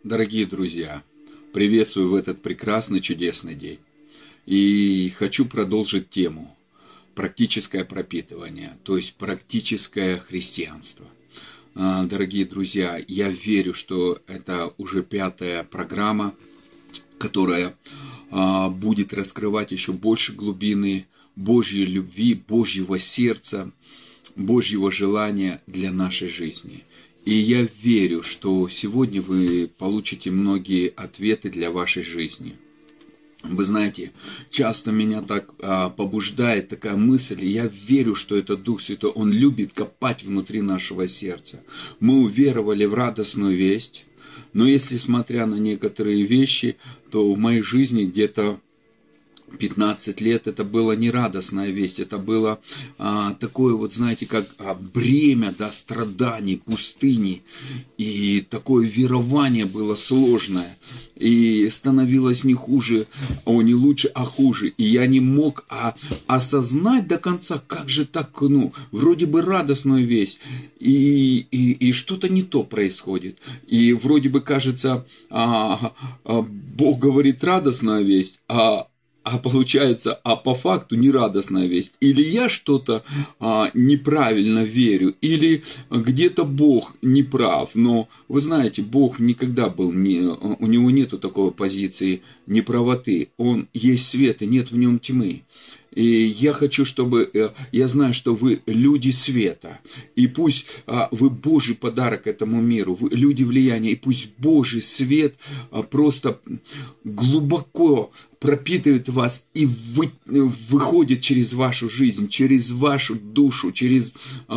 Дорогие друзья, приветствую в этот прекрасный, чудесный день. И хочу продолжить тему практическое пропитывание, то есть практическое христианство. Дорогие друзья, я верю, что это уже 5-я программа, которая будет раскрывать еще больше глубины Божьей любви, Божьего сердца, Божьего желания для нашей жизни. И я верю, что сегодня вы получите многие ответы для вашей жизни. Вы знаете, часто меня так побуждает такая мысль, и я верю, что это Дух Святой, Он любит копать внутри нашего сердца. Мы уверовали в радостную весть, но если смотря на некоторые вещи, то в моей жизни где-то 15 лет это была не радостная весть, это было такое вот, знаете, как бремя, да, страданий, пустыни, и такое верование было сложное, и становилось не хуже, не лучше, а хуже, и я не мог осознать до конца, как же так, вроде бы радостная весть, и что-то не то происходит, и вроде бы кажется, Бог говорит радостная весть, а получается, по факту нерадостная весть. Или я что-то неправильно верю, или где-то Бог не прав. Но вы знаете, Бог никогда был, у него нету такой позиции неправоты. Он есть свет, и нет в нем тьмы. И я хочу, чтобы, я знаю, что вы люди света, и пусть вы Божий подарок этому миру, вы люди влияния, и пусть Божий свет просто глубоко пропитывает вас и выходит через вашу жизнь, через вашу душу, через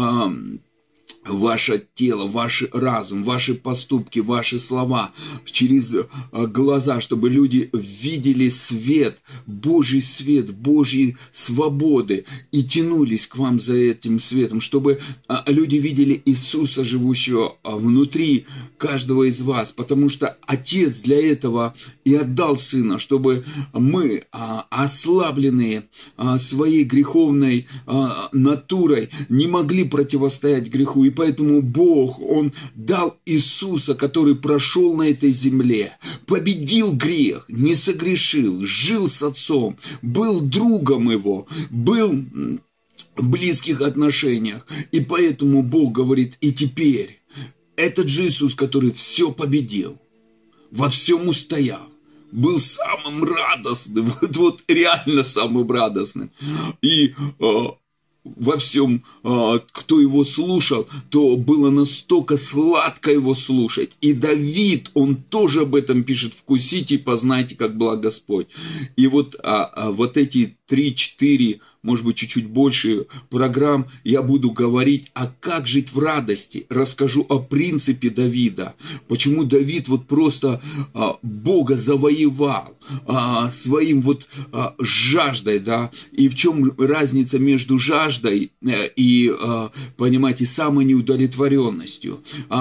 ваше тело, ваш разум, ваши поступки, ваши слова, через глаза, чтобы люди видели свет, Божий свободы и тянулись к вам за этим светом, чтобы люди видели Иисуса, живущего внутри каждого из вас, потому что Отец для этого и отдал Сына, чтобы мы, ослабленные своей греховной натурой, не могли противостоять греху. И поэтому Бог, Он дал Иисуса, который прошел на этой земле, победил грех, не согрешил, жил с Отцом, был другом Его, был в близких отношениях. И поэтому Бог говорит, и теперь этот же Иисус, который все победил, во всем устоял, был самым радостным, вот реально самым радостным. И во всем, кто его слушал, то было настолько сладко его слушать. И Давид, он тоже об этом пишет: «Вкусите и познайте, как благ Господь». И вот эти 3-4, может быть, чуть-чуть больше программ я буду говорить, как жить в радости. Расскажу о принципе Давида. Почему Давид вот просто Бога завоевал своим вот жаждой, да, и в чем разница между жаждой и, понимаете, самой неудовлетворенностью.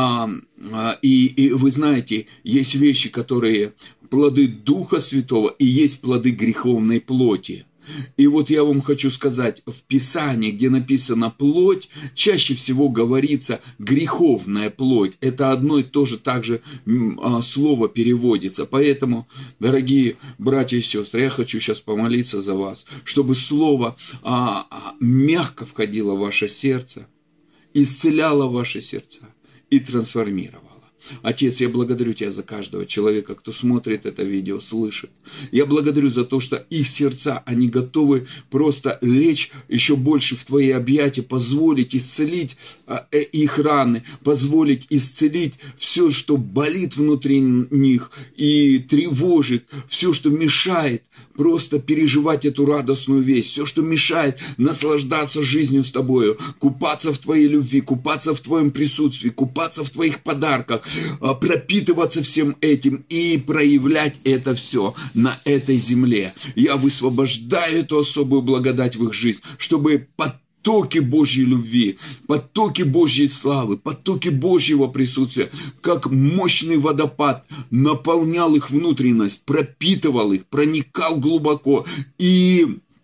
И вы знаете, есть вещи, которые плоды Духа Святого, и есть плоды греховной плоти. И вот я вам хочу сказать, в Писании, где написано «плоть», чаще всего говорится «греховная плоть». Это одно и то же также слово переводится. Поэтому, дорогие братья и сестры, я хочу сейчас помолиться за вас, чтобы слово мягко входило в ваше сердце, исцеляло ваши сердца и трансформировало. Отец, я благодарю Тебя за каждого человека, кто смотрит это видео, слышит. Я благодарю за то, что их сердца, они готовы просто лечь еще больше в Твои объятия, позволить исцелить их раны, позволить исцелить все, что болит внутри них и тревожит, все, что мешает просто переживать эту радостную весть, все, что мешает наслаждаться жизнью с Тобою, купаться в Твоей любви, купаться в Твоем присутствии, купаться в Твоих подарках, пропитываться всем этим и проявлять это все на этой земле. Я высвобождаю эту особую благодать в их жизнь, чтобы потоки Божьей любви, потоки Божьей славы, потоки Божьего присутствия, как мощный водопад, наполнял их внутренность, пропитывал их, проникал глубоко и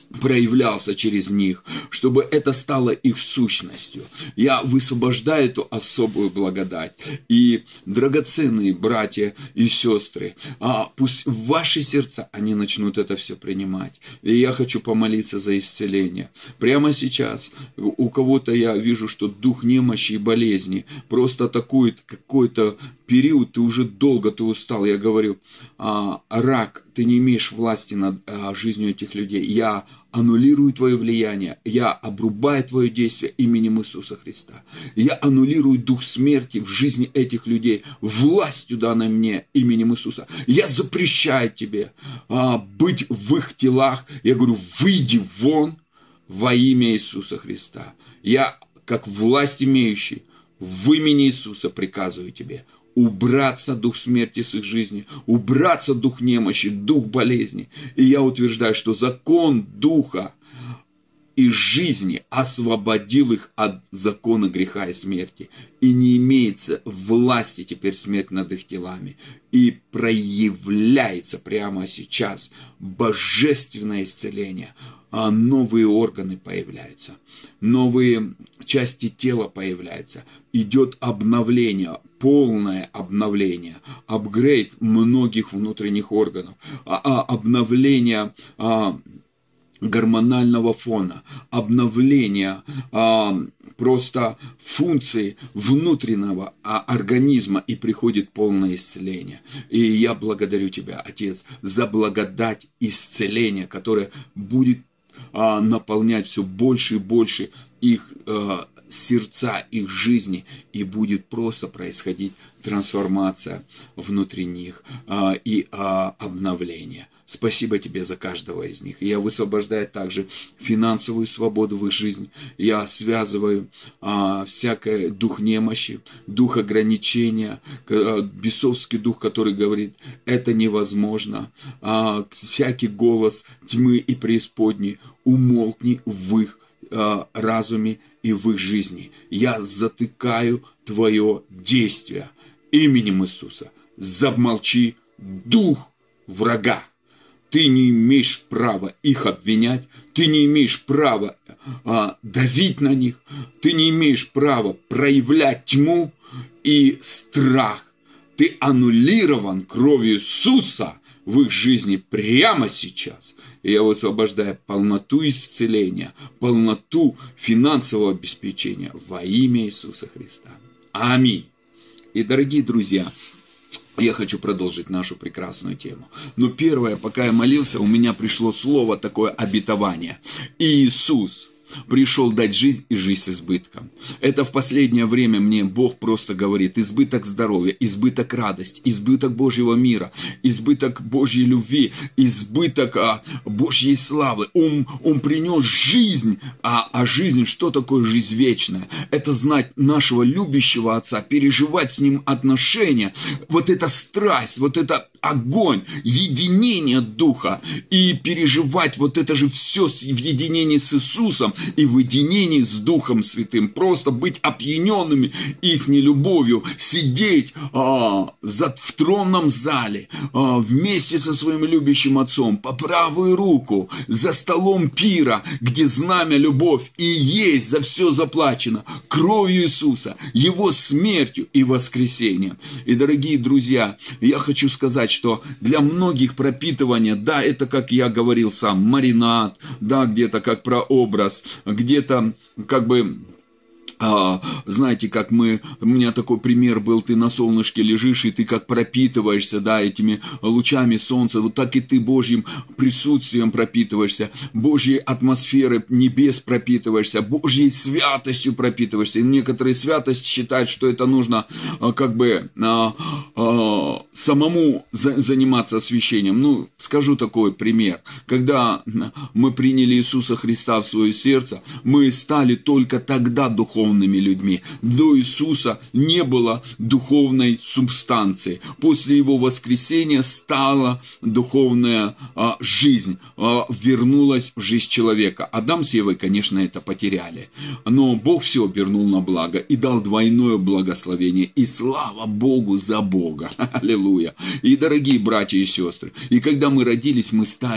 проявлялся через них, чтобы это стало их сущностью. Я высвобождаю эту особую благодать. И, драгоценные братья и сестры, пусть в ваши сердца они начнут это все принимать. И я хочу помолиться за исцеление. Прямо сейчас у кого-то я вижу, что дух немощи и болезни просто атакует какой-то период, ты уже долго, ты устал. Я говорю, рак, ты не имеешь власти над жизнью этих людей. Я аннулирую твое влияние, я обрубаю твое действие именем Иисуса Христа. Я аннулирую дух смерти в жизни этих людей, властью данной мне именем Иисуса. Я запрещаю тебе быть в их телах. Я говорю, выйди вон во имя Иисуса Христа. Я, как власть имеющий, в имени Иисуса приказываю тебе убраться дух смерти с их жизни, убраться дух немощи, дух болезни. И я утверждаю, что закон духа и жизни освободил их от закона греха и смерти. И не имеется власти теперь смерть над их телами. И проявляется прямо сейчас божественное исцеление. Новые органы появляются, новые части тела появляются, идет обновление, полное обновление, апгрейд многих внутренних органов, обновление гормонального фона, обновление просто функций внутреннего организма, и приходит полное исцеление. И я благодарю Тебя, Отец, за благодать исцеления, которая будет наполнять все больше и больше их сердца, их жизни, и будет просто происходить трансформация внутри них и обновление. Спасибо Тебе за каждого из них. Я высвобождаю также финансовую свободу в их жизнь. Я связываю всякий дух немощи, дух ограничения, бесовский дух, который говорит, это невозможно. Всякий голос тьмы и преисподней, умолкни в их разуме и в их жизни. Я затыкаю Твое действие именем Иисуса. Замолчи, дух врага. Ты не имеешь права их обвинять, ты не имеешь права давить на них, ты не имеешь права проявлять тьму и страх. Ты аннулирован кровью Иисуса в их жизни прямо сейчас. И я высвобождаю полноту исцеления, полноту финансового обеспечения во имя Иисуса Христа. Аминь. И, дорогие друзья, я хочу продолжить нашу прекрасную тему. Но первое, пока я молился, у меня пришло слово такое обетование. Иисус пришел дать жизнь и жизнь с избытком. Это в последнее время мне Бог просто говорит: избыток здоровья, избыток радости, избыток Божьего мира, избыток Божьей любви, избыток Божьей славы. Он принес жизнь, а жизнь, что такое жизнь вечная? Это знать нашего любящего Отца, переживать с Ним отношения, вот эта страсть, вот это огонь, единение Духа, и переживать вот это же все в единении с Иисусом и в единении с Духом Святым, просто быть опьяненными их любовью, сидеть в тронном зале вместе со своим любящим Отцом по правую руку за столом пира, где знамя любовь и есть за все заплачено кровью Иисуса, Его смертью и воскресением. И, дорогие друзья, я хочу сказать, что для многих пропитывание, да, это, как я говорил сам, маринад, да, где-то как прообраз, где-то как бы... знаете, как у меня такой пример был, ты на солнышке лежишь, и ты как пропитываешься, да, этими лучами солнца, вот так и ты Божьим присутствием пропитываешься, Божьей атмосферой небес пропитываешься, Божьей святостью пропитываешься. И некоторые святость считают, что это нужно как бы самому заниматься освящением. Ну, скажу такой пример. Когда мы приняли Иисуса Христа в свое сердце, мы стали только тогда духовно духовными людьми. До Иисуса не было духовной субстанции. После Его воскресения стала духовная жизнь, вернулась в жизнь человека. Адам с Евой, конечно, это потеряли. Но Бог все обернул на благо и дал двойное благословение. И слава Богу за Бога. Аллилуйя. И, дорогие братья и сестры, и когда мы родились,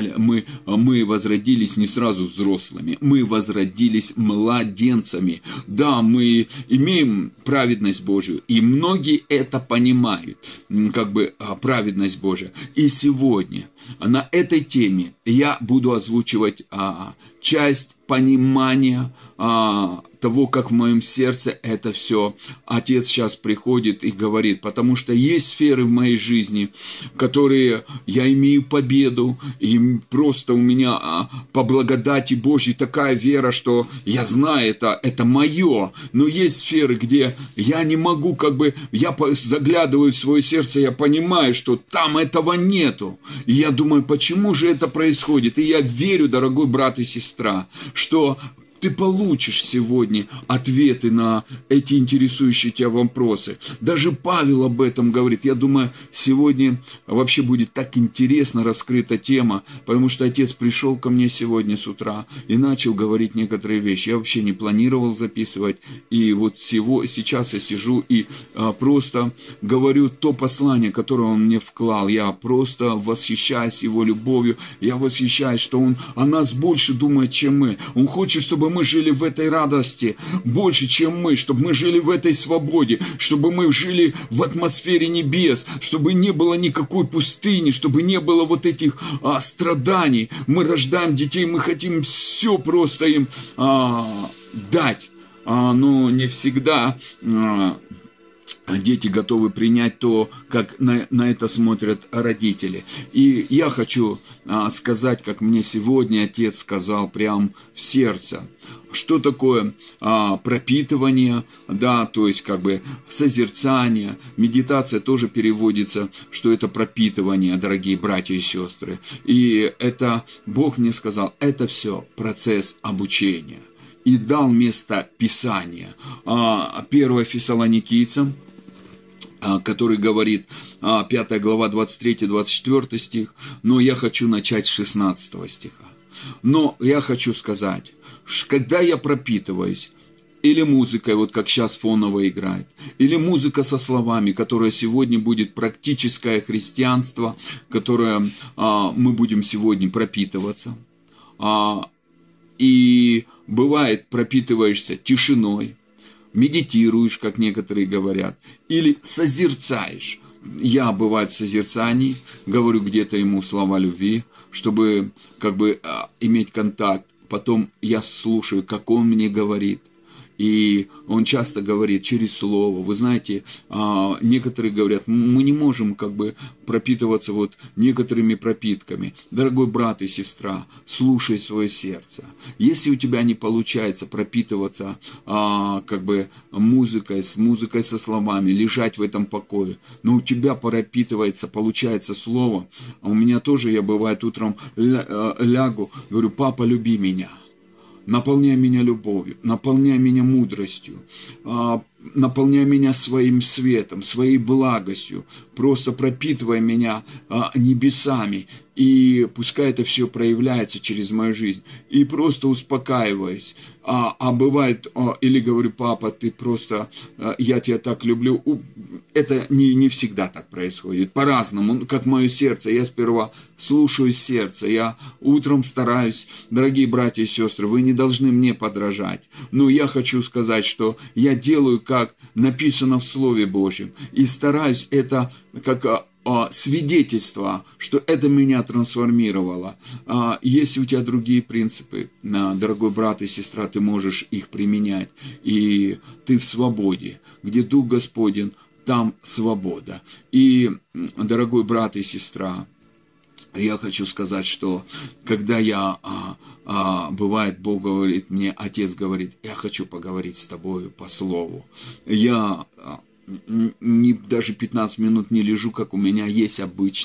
мы возродились не сразу взрослыми. Мы возродились младенцами. Да, мы имеем праведность Божию. И многие это понимают. Праведность Божия. И сегодня на этой теме я буду озвучивать часть понимания того, как в моем сердце это все Отец сейчас приходит и говорит. Потому что есть сферы в моей жизни, которые я имею победу, и просто у меня по благодати Божьей такая вера, что я знаю это мое. Но есть сферы, где я не могу, я заглядываю в свое сердце, я понимаю, что там этого нету. И я думаю, почему же это происходит? И я верю, дорогой брат и сестра, что ты получишь сегодня ответы на эти интересующие тебя вопросы. Даже Павел об этом говорит. Я думаю, сегодня вообще будет так интересно раскрыта тема, потому что Отец пришел ко мне сегодня с утра и начал говорить некоторые вещи. Я вообще не планировал записывать. И вот сейчас я сижу и просто говорю то послание, которое Он мне вклал. Я просто восхищаюсь Его любовью. Я восхищаюсь, что Он о нас больше думает, чем мы. Он хочет, чтобы мы жили в этой радости больше, чем мы, чтобы мы жили в этой свободе, чтобы мы жили в атмосфере небес, чтобы не было никакой пустыни, чтобы не было вот этих страданий. Мы рождаем детей, мы хотим все просто им дать, но не всегда дети готовы принять то, как на это смотрят родители. И я хочу сказать, как мне сегодня Отец сказал прямо в сердце, что такое пропитывание, да, то есть созерцание, медитация тоже переводится, что это пропитывание, дорогие братья и сестры. И это Бог мне сказал, это все процесс обучения. И дал место Писания. 1 Фессалоникийцам, который говорит, 5 глава, 23-24 стих, но я хочу начать с 16 стиха. Но я хочу сказать, когда я пропитываюсь, или музыкой, вот как сейчас фоново играет, или музыка со словами, которая сегодня будет практическое христианство, которое мы будем сегодня пропитываться. И бывает, пропитываешься тишиной, медитируешь, как некоторые говорят, или созерцаешь. Я, бывает, в созерцании говорю где-то ему слова любви, чтобы иметь контакт. Потом я слушаю, как он мне говорит. И он часто говорит через слово. Вы знаете, некоторые говорят, мы не можем пропитываться вот некоторыми пропитками. Дорогой брат и сестра, слушай свое сердце. Если у тебя не получается пропитываться музыкой со словами, лежать в этом покое, но у тебя пропитывается, получается слово. А у меня тоже, я бывает утром лягу, говорю, папа, люби меня. Наполняй меня любовью, наполняй меня мудростью, наполняй меня своим светом, своей благостью, просто пропитывай меня небесами, и пускай это все проявляется через мою жизнь, и просто успокаиваясь. Бывает, или говорю, папа, ты просто, я тебя так люблю. Это не всегда так происходит, по-разному, как мое сердце. Я сперва слушаю сердце, я утром стараюсь, дорогие братья и сестры, вы не должны мне подражать, но я хочу сказать, что я делаю, как написано в Слове Божьем, и стараюсь это как свидетельство, что это меня трансформировало. Если у тебя другие принципы, дорогой брат и сестра, ты можешь их применять, и ты в свободе, где Дух Господень, там свобода. И, дорогой брат и сестра, я хочу сказать, что когда бывает, Бог говорит мне, Отец говорит, я хочу поговорить с тобой по слову. Я даже 15 минут не лежу, как у меня есть обычно.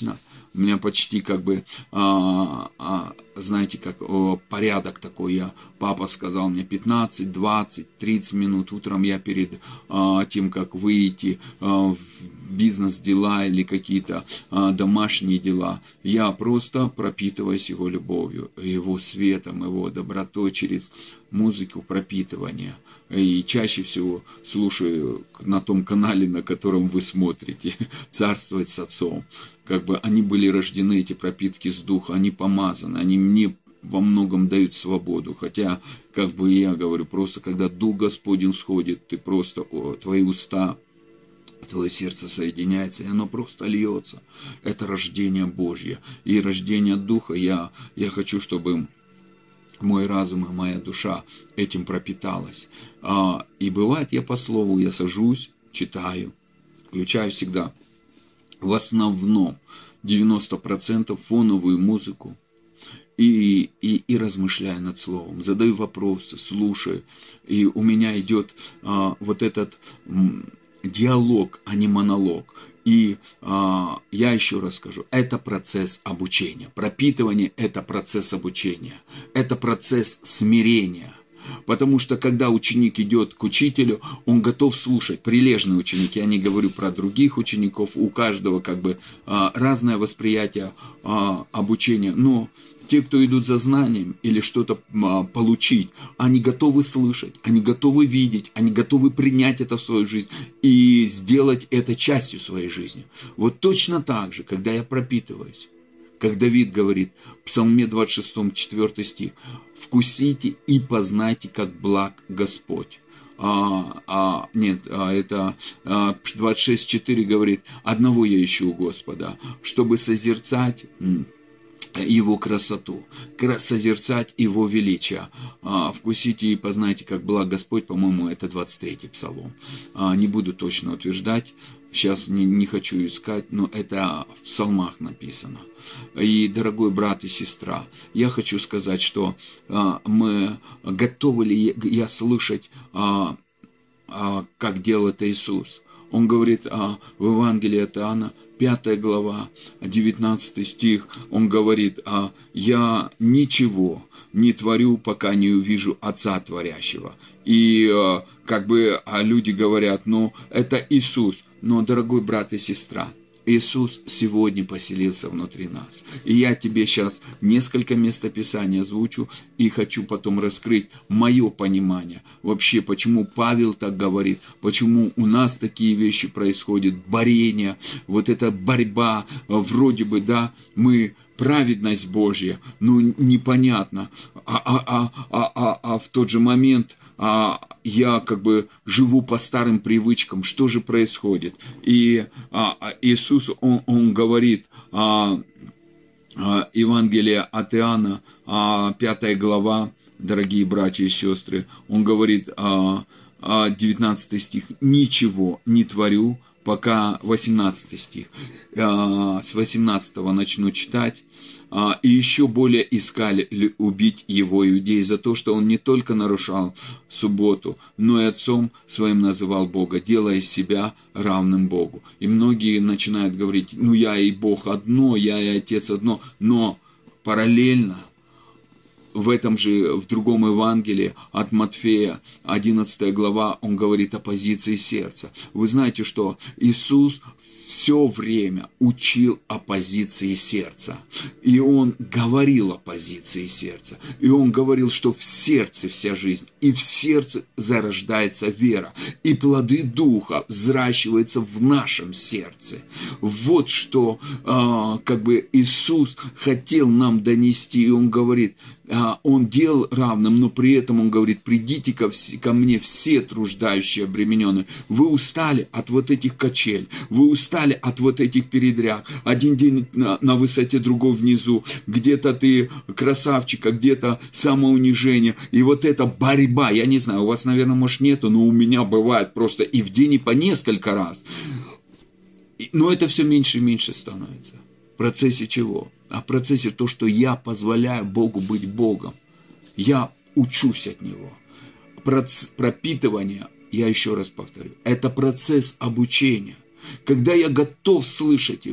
У меня почти как бы, знаете, как порядок такой. Папа сказал мне 15, 20, 30 минут. Утром я перед тем, как выйти в бизнес-дела или какие-то домашние дела, я просто пропитываюсь Его любовью, Его светом, Его добротой через музыку пропитывания. И чаще всего слушаю на том канале, на котором вы смотрите, «Царствовать с Отцом». Как бы они были рождены, эти пропитки с Духа, они помазаны, они мне во многом дают свободу. Хотя, как бы я говорю, просто когда Дух Господень сходит, ты просто, твои уста, твое сердце соединяется, и оно просто льется. Это рождение Божье. И рождение Духа, я хочу, чтобы мой разум и моя душа этим пропиталась. И бывает, я по слову, я сажусь, читаю, включаю всегда, в основном 90% фоновую музыку, и размышляю над словом, задаю вопросы, слушаю. И у меня идет вот этот диалог, а не монолог. И я еще раз скажу, это процесс обучения. Пропитывание – это процесс обучения. Это процесс смирения. Потому что когда ученик идет к учителю, он готов слушать. Прилежные ученики, я не говорю про других учеников, у каждого как бы разное восприятие обучения. Но те, кто идут за знанием или что-то получить, они готовы слышать, они готовы видеть, они готовы принять это в свою жизнь и сделать это частью своей жизни. Вот точно так же, когда я пропитываюсь, как Давид говорит в Псалме 26, 4 стих, «Вкусите и познайте, как благ Господь». Это 26.4 говорит, «Одного я ищу у Господа, чтобы созерцать Его красоту, созерцать Его величие. Вкусите и познайте, как благ Господь», по-моему, это 23-й Псалом. Не буду точно утверждать, сейчас не хочу искать, но это в Псалмах написано. И, дорогой брат и сестра, я хочу сказать, что мы готовы ли я слышать, как делал это Иисус. Он говорит в Евангелии от Иоанна, 5 глава, 19 стих, он говорит, «Я ничего не творю, пока не увижу Отца Творящего». И как бы люди говорят, ну, это Иисус. Но, дорогой брат и сестра, Иисус сегодня поселился внутри нас. И я тебе сейчас несколько местописаний озвучу и хочу потом раскрыть мое понимание. Вообще, почему Павел так говорит, почему у нас такие вещи происходят, борение, вот эта борьба, вроде бы, да, мы праведность Божья, ну непонятно, в тот же момент я как бы живу по старым привычкам, что же происходит? И Иисус, он говорит, Евангелие от Иоанна, 5 глава, дорогие братья и сестры, он говорит, 19 стих, «Ничего не творю, пока», 18 стих, с 18 начну читать, «И еще более искали убить его иудеи за то, что он не только нарушал субботу, но и отцом своим называл Бога, делая себя равным Богу». И многие начинают говорить, ну я и Бог одно, я и Отец одно, но параллельно в этом же, в другом Евангелии от Матфея, 11 глава, он говорит о позиции сердца. Вы знаете, что Иисус все время учил о позиции сердца. И Он говорил о позиции сердца. И Он говорил, что в сердце вся жизнь. И в сердце зарождается вера. И плоды Духа взращиваются в нашем сердце. Вот что как бы Иисус хотел нам донести. И Он говорит, Он делал равным, но при этом Он говорит, придите ко мне все труждающие, обремененные. Вы устали от вот этих качель, вы устали от вот этих передряг. Один день на высоте, другой внизу. Где-то ты красавчик, а где-то самоунижение. И вот эта борьба, я не знаю, у вас, наверное, может нету, но у меня бывает просто и в день, и по несколько раз. Но это все меньше и меньше становится. В процессе чего? А в процессе то, что я позволяю Богу быть Богом. Я учусь от Него. Пропитывание, я еще раз повторю, это процесс обучения. Когда я готов слышать Его,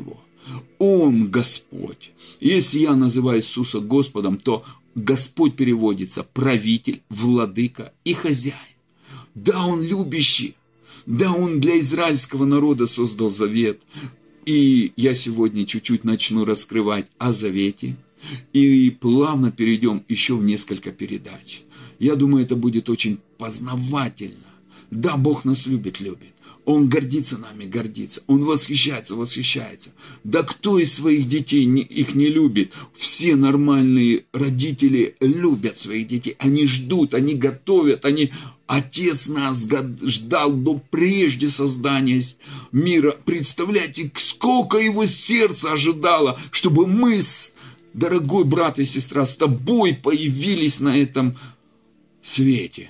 Он Господь. Если я называю Иисуса Господом, то Господь переводится правитель, владыка и хозяин. Да, Он любящий. Да, Он для израильского народа создал завет. И я сегодня чуть-чуть начну раскрывать о завете. И плавно перейдем еще в несколько передач. Я думаю, это будет очень познавательно. Да, Бог нас любит. Он гордится нами, гордится. Он восхищается. Да кто из своих детей их не любит? Все нормальные родители любят своих детей. Они ждут, они готовят, Отец нас ждал до прежде создания мира. Представляете, сколько его сердце ожидало, чтобы мы, дорогой брат и сестра, с тобой появились на этом свете.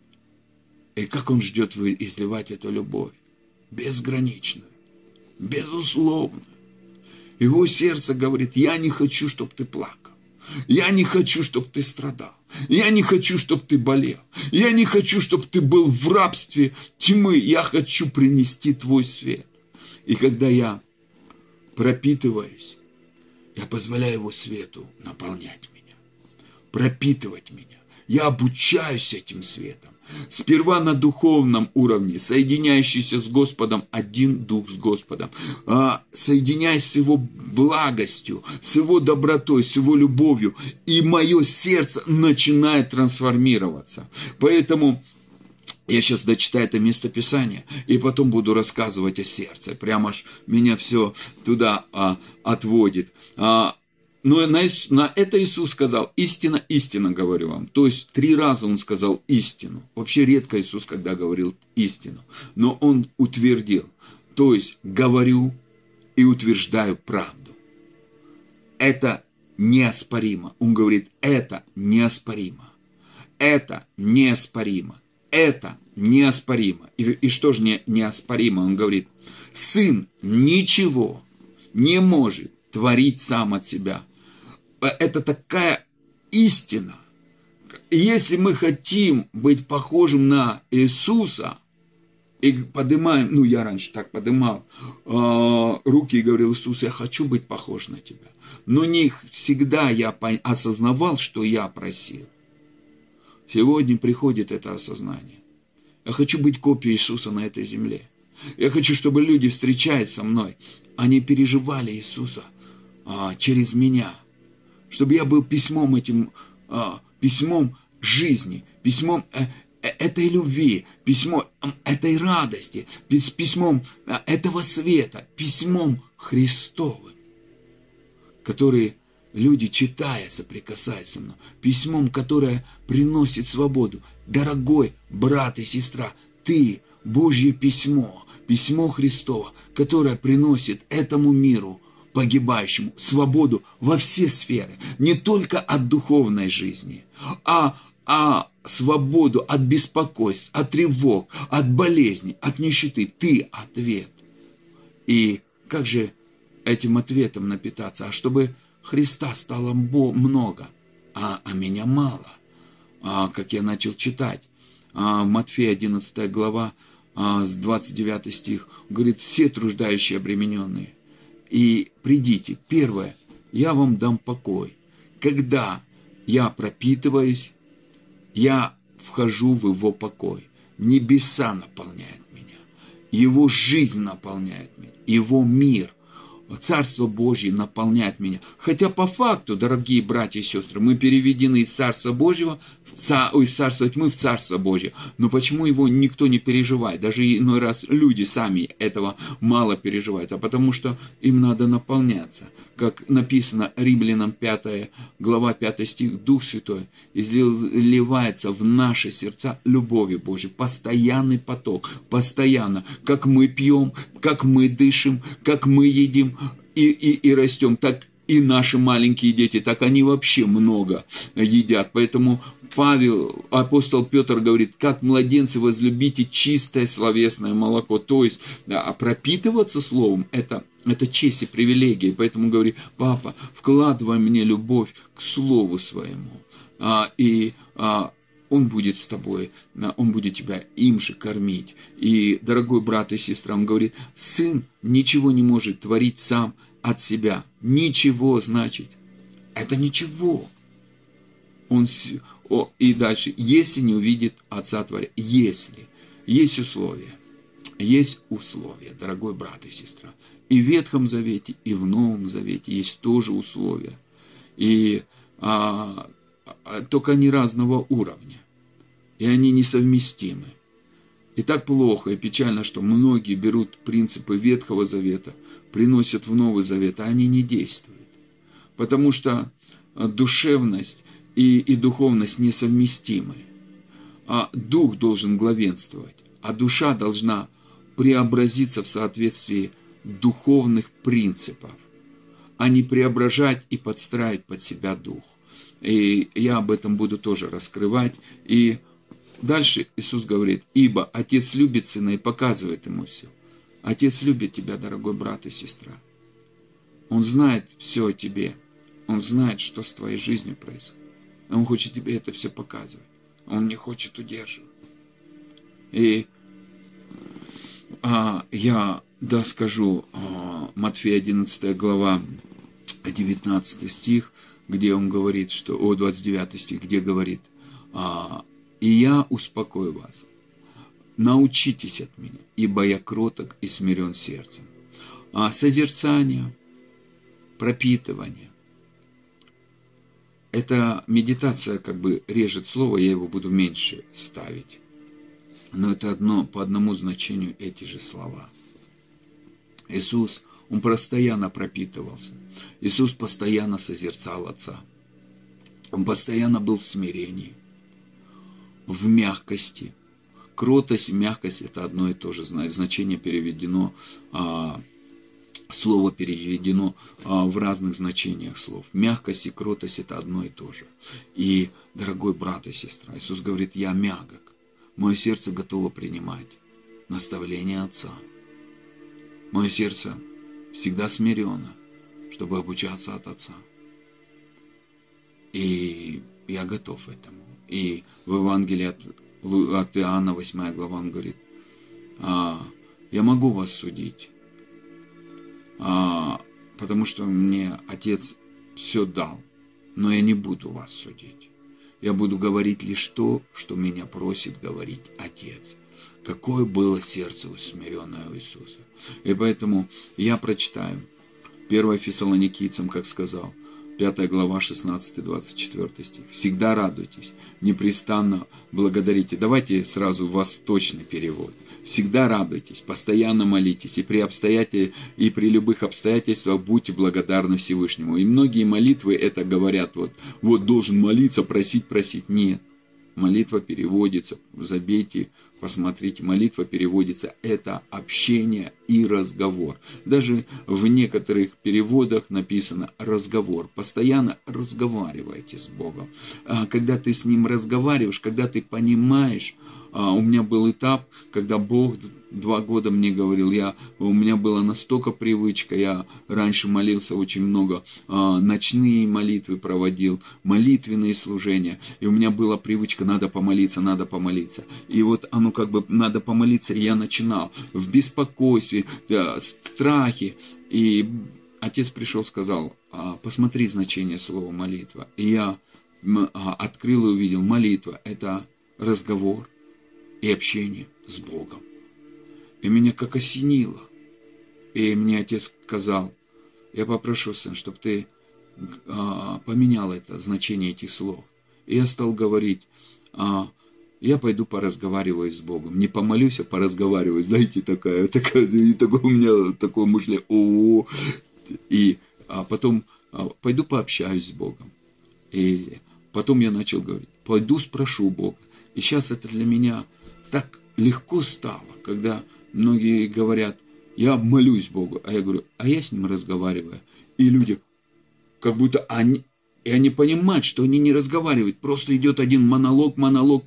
И как он ждет изливать эту любовь. Безграничную, безусловную. Его сердце говорит: я не хочу, чтобы ты плакал. Я не хочу, чтобы ты страдал. Я не хочу, чтобы ты болел. Я не хочу, чтобы ты был в рабстве тьмы. Я хочу принести твой свет. И когда я пропитываюсь, я позволяю его свету наполнять меня, пропитывать меня. Я обучаюсь этим светом. Сперва на духовном уровне, соединяющийся с Господом, один дух с Господом, соединяясь с Его благостью, с Его добротой, с Его любовью, и мое сердце начинает трансформироваться. Поэтому я сейчас дочитаю это местописание, и потом буду рассказывать о сердце. Прямо аж меня все туда отводит. Но на это Иисус сказал: истина, истина говорю вам. То есть 3 раза Он сказал истину. Вообще редко Иисус когда говорил истину. Но Он утвердил. То есть говорю и утверждаю правду. Это неоспоримо. Он говорит: это неоспоримо. Это неоспоримо. Это неоспоримо. И что же неоспоримо? Он говорит: Сын ничего не может творить сам от себя. Это такая истина. Если мы хотим быть похожим на Иисуса, и поднимаем, я раньше так поднимал руки и говорил: Иисус, я хочу быть похож на Тебя. Но не всегда я осознавал, что я просил. Сегодня приходит это осознание. Я хочу быть копией Иисуса на этой земле. Я хочу, чтобы люди, встречаясь со мной, они переживали Иисуса через меня. Чтобы я был письмом письмом жизни, письмом этой любви, письмом этой радости, письмом этого света, письмом Христовым, которые люди, читая, соприкасаясь со мной, письмом, которое приносит свободу. Дорогой брат и сестра, ты Божье письмо, письмо Христово, которое приносит этому миру погибающему свободу во все сферы, не только от духовной жизни, а свободу от беспокойств, от тревог, от болезней, от нищеты. Ты ответ. И как же этим ответом напитаться? А чтобы Христа стало много, а меня мало. Как я начал читать, в Матфея 11 глава, с 29 стих, говорит: все труждающие обремененные, и придите. Первое, я вам дам покой. Когда я пропитываюсь, я вхожу в Его покой. Небеса наполняют меня. Его жизнь наполняет меня. Его мир. Царство Божье наполняет меня. Хотя по факту, дорогие братья и сестры, мы переведены из Царства Божьего, из Царства тьмы в Царство Божье. Но почему его никто не переживает? Даже иной раз люди сами этого мало переживают. А потому что им надо наполняться. Как написано Римлянам 5 глава 5 стих: Дух Святой изливается в наши сердца любовью Божьей. Постоянный поток. Постоянно. Как мы пьем, как мы дышим, как мы едим и растем, так и наши маленькие дети, так они вообще много едят. Поэтому апостол Петр говорит: как младенцы возлюбите чистое словесное молоко. То есть пропитываться словом – это честь и привилегия. Поэтому говорит: папа, вкладывай мне любовь к слову своему. Он будет с тобой, Он будет тебя им же кормить. И, дорогой брат и сестра, он говорит: сын ничего не может творить сам от себя. Ничего, значит. Это ничего. И дальше. Если не увидит Отца Творя. Если. Есть условия. Есть условия, дорогой брат и сестра. И в Ветхом Завете, и в Новом Завете есть тоже условия. И только они разного уровня. И они несовместимы. И так плохо и печально, что многие берут принципы Ветхого Завета, приносят в Новый Завет, а они не действуют. Потому что душевность и духовность несовместимы. А дух должен главенствовать, а душа должна преобразиться в соответствии духовных принципов, а не преображать и подстраивать под себя дух. И я об этом буду тоже раскрывать. И дальше Иисус говорит: ибо Отец любит Сына и показывает Ему все. Отец любит тебя, дорогой брат и сестра. Он знает все о тебе. Он знает, что с твоей жизнью происходит. Он хочет тебе это все показывать. Он не хочет удерживать. И я скажу Матфея 11 глава 19 стих, где он говорит, 29 стих, где говорит: «И я успокою вас, научитесь от меня, ибо я кроток и смирен сердцем». Созерцание, пропитывание. Эта медитация как бы режет слово, я его буду меньше ставить. Но это по одному значению эти же слова. Иисус, Он постоянно пропитывался. Иисус постоянно созерцал Отца. Он постоянно был в смирении, в мягкости. Кротость и мягкость – это одно и то же. Значение переведено, слово переведено в разных значениях слов. Мягкость и кротость – это одно и то же. И, дорогой брат и сестра, Иисус говорит: я мягок. Мое сердце готово принимать наставление Отца. Мое сердце всегда смиренно, чтобы обучаться от Отца. И я готов этому. И в Евангелии от Иоанна, 8 глава, он говорит: я могу вас судить, потому что мне Отец все дал, но я не буду вас судить. Я буду говорить лишь то, что меня просит говорить Отец. Какое было сердце усмиренное у Иисуса. И поэтому я прочитаю 1 Фессалоникийцам, как сказал, 5 глава, 16-24 стих. «Всегда радуйтесь, непрестанно благодарите». Давайте сразу восточный перевод. «Всегда радуйтесь, постоянно молитесь, и при любых обстоятельствах будьте благодарны Всевышнему». И многие молитвы это говорят, вот должен молиться, просить. Нет. Молитва переводится, забейте, посмотрите, молитва переводится, это общение и разговор. Даже в некоторых переводах написано разговор. Постоянно разговаривайте с Богом. Когда ты с Ним разговариваешь, когда ты понимаешь, у меня был этап, когда Бог 2 года мне говорил, у меня была настолько привычка, я раньше молился очень много, ночные молитвы проводил, молитвенные служения, и у меня была привычка, надо помолиться. И вот оно как бы надо помолиться, и я начинал в беспокойстве, страхе, и Отец пришел, сказал: посмотри значение слова молитва. И я открыл и увидел, молитва – это разговор и общение с Богом. И меня как осенило. И мне Отец сказал: я попрошу, сын, чтобы ты поменял это значение этих слов. И я стал говорить: я пойду поразговариваю с Богом. Не помолюсь, а поразговариваю. Знаете, такое у меня такое мышление. И потом пойду пообщаюсь с Богом. И потом я начал говорить: пойду спрошу Бога. И сейчас это для меня так легко стало, когда многие говорят: я молюсь Богу, а я говорю: а я с Ним разговариваю. И люди, как будто они понимают, что они не разговаривают, просто идет один монолог.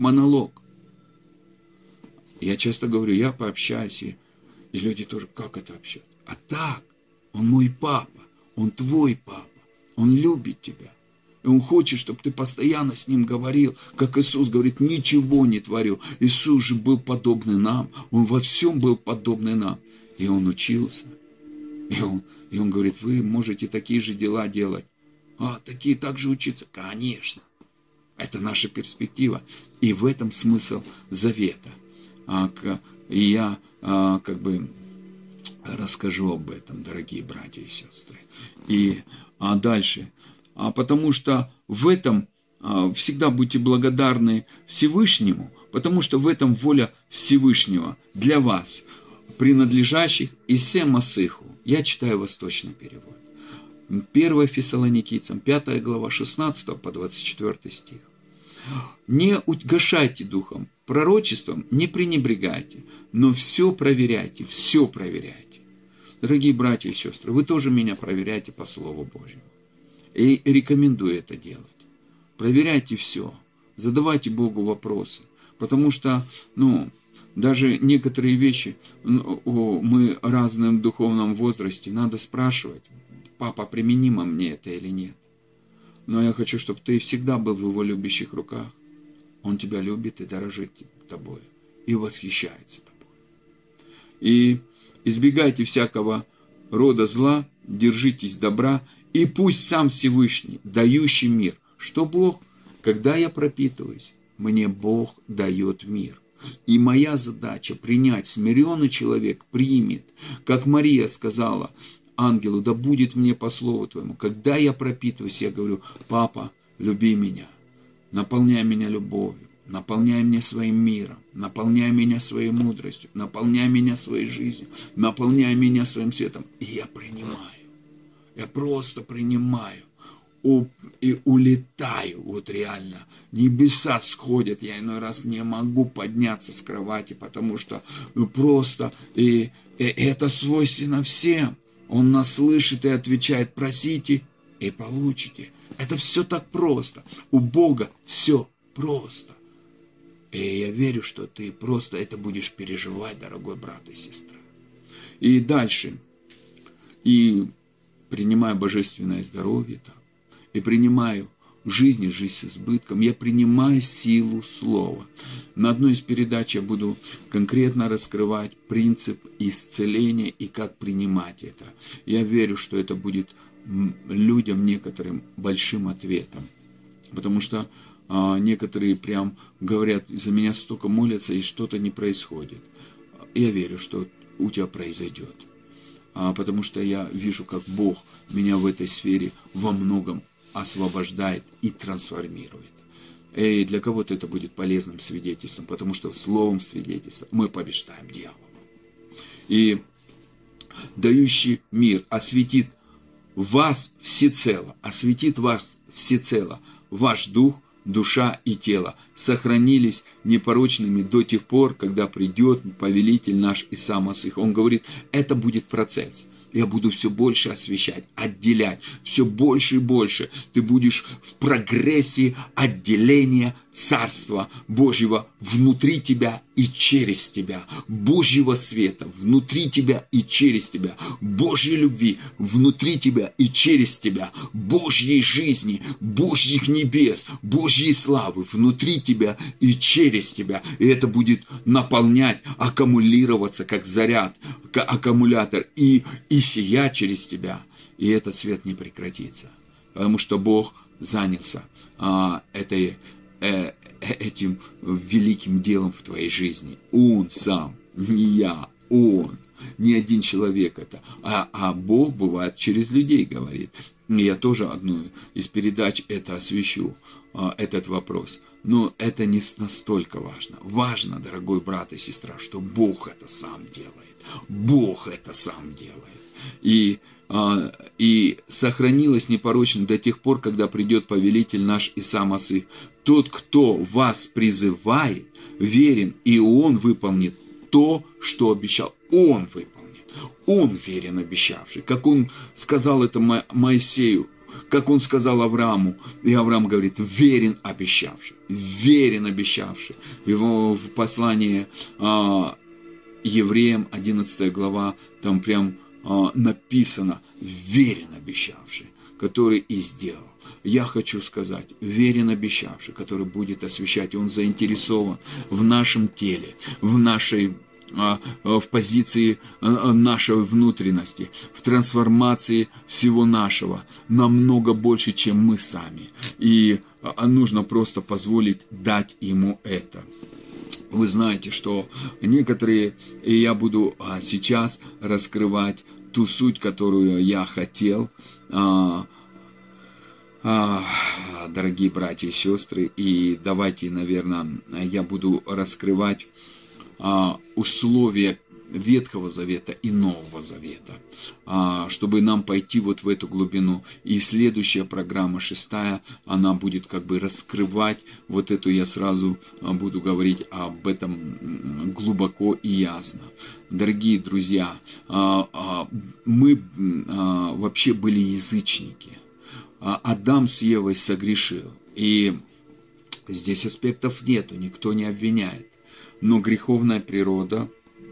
Я часто говорю: я пообщаюсь, и люди тоже: как это общаться? А так, Он мой папа, Он твой папа, Он любит тебя. И Он хочет, чтобы ты постоянно с Ним говорил, как Иисус говорит: ничего не творю. Иисус же был подобный нам, Он во всем был подобный нам. И Он учился, И он говорит, вы можете такие же дела делать. Такие так же учиться? Конечно. Это наша перспектива. И в этом смысл завета. И я расскажу об этом, дорогие братья и сестры. И дальше. Потому что в этом всегда будьте благодарны Всевышнему, потому что в этом воля Всевышнего для вас, принадлежащих Исе Масыху. Я читаю восточный перевод. 1 Фессалоникийцам, 5 глава, 16 по 24 стих. «Не угашайте духом, пророчеством не пренебрегайте, но все проверяйте, все проверяйте». Дорогие братья и сестры, вы тоже меня проверяйте по Слову Божьему. И рекомендую это делать. Проверяйте все, задавайте Богу вопросы, потому что, даже некоторые вещи мы разным в духовном возрасте, надо спрашивать, папа, применимо мне это или нет. Но я хочу, чтобы ты всегда был в его любящих руках. Он тебя любит и дорожит тобой, и восхищается тобой. И избегайте всякого рода зла, держитесь добра, и пусть сам Всевышний, дающий мир, что Бог, когда я пропитываюсь, мне Бог дает мир. И моя задача принять, смиренный человек примет, как Мария сказала ангелу, да будет мне по слову твоему. Когда я пропитываюсь, я говорю, папа, люби меня, наполняй меня любовью, наполняй меня своим миром, наполняй меня своей мудростью, наполняй меня своей жизнью, наполняй меня своим светом. И я принимаю, я просто принимаю. И улетаю, вот реально. Небеса сходят, я иной раз не могу подняться с кровати, потому что просто, и это свойственно всем. Он нас слышит и отвечает, просите и получите. Это все так просто. У Бога все просто. И я верю, что ты просто это будешь переживать, дорогой брат и сестра. И дальше. И принимая божественное здоровье, и принимаю жизнь с избытком, я принимаю силу слова. На одной из передач я буду конкретно раскрывать принцип исцеления и как принимать это. Я верю, что это будет людям некоторым большим ответом. Потому что некоторые прям говорят, за меня столько молятся и что-то не происходит. Я верю, что у тебя произойдет. Потому что я вижу, как Бог меня в этой сфере во многом освобождает и трансформирует. И для кого-то это будет полезным свидетельством, потому что словом свидетельства мы побеждаем дьявола. И дающий мир осветит вас всецело, ваш дух, душа и тело сохранились непорочными до тех пор, когда придет повелитель наш Иса Масых. Он говорит, это будет процесс. Я буду все больше освещать, отделять, все больше и больше. Ты будешь в прогрессии отделения Царства Божьего внутри тебя и через тебя. Божьего света внутри тебя и через тебя. Божьей любви внутри тебя и через тебя. Божьей жизни, Божьих небес, Божьей славы внутри тебя и через тебя. И это будет наполнять, аккумулироваться, как заряд, как аккумулятор, и сиять через тебя. И этот свет не прекратится. Потому что Бог занялся этим великим делом в твоей жизни. Он сам, не я, Он. Не один человек это. А Бог бывает через людей говорит. Я тоже одну из передач это освещу, этот вопрос. Но это не настолько важно. Важно, дорогой брат и сестра, что Бог это сам делает. Бог это сам делает. И сохранилось непорочным до тех пор, когда придет повелитель наш Иса Масых. Тот, кто вас призывает, верен, и Он выполнит то, что обещал. Он выполнит. Он верен обещавший. Как Он сказал это Моисею, как Он сказал Аврааму. И Авраам говорит, верен обещавший. Верен обещавший. Его в послании Евреям, 11 глава, там прям написано, верен обещавший, который и сделал. Я хочу сказать, верен обещавший, который будет освещать, он заинтересован в нашем теле, в нашей в позиции нашей внутренности, в трансформации всего нашего, намного больше, чем мы сами. И нужно просто позволить дать ему это. Вы знаете, что некоторые, и я буду сейчас раскрывать ту суть, которую я хотел, дорогие братья и сестры, и давайте, наверное, я буду раскрывать условия Ветхого Завета и Нового Завета, чтобы нам пойти вот в эту глубину. И следующая программа, 6-я, она будет как бы раскрывать вот эту, я сразу буду говорить об этом глубоко и ясно. Дорогие друзья, мы вообще были язычники. Адам с Евой согрешил. И здесь аспектов нету, никто не обвиняет. Но греховная природа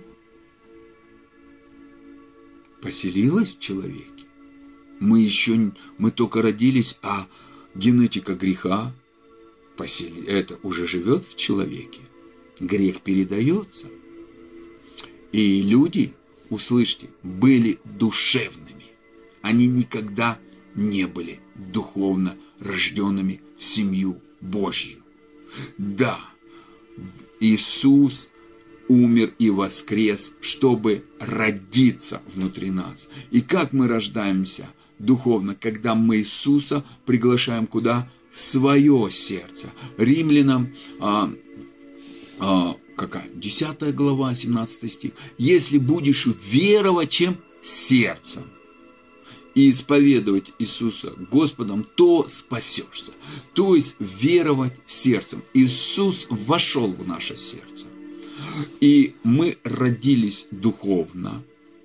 поселилась в человеке. Мы только родились, а генетика греха это уже живет в человеке. Грех передается. И люди, услышьте, были душевными. Они никогда не были духовно рожденными в семью Божью. Да, Иисус умер и воскрес, чтобы родиться внутри нас. И как мы рождаемся духовно, когда мы Иисуса приглашаем куда? В свое сердце. Римлянам, 10 глава, 17 стих. Если будешь веровать, чем сердцем, и исповедовать Иисуса Господом, то спасешься. То есть веровать сердцем. Иисус вошел в наше сердце. И мы родились духовно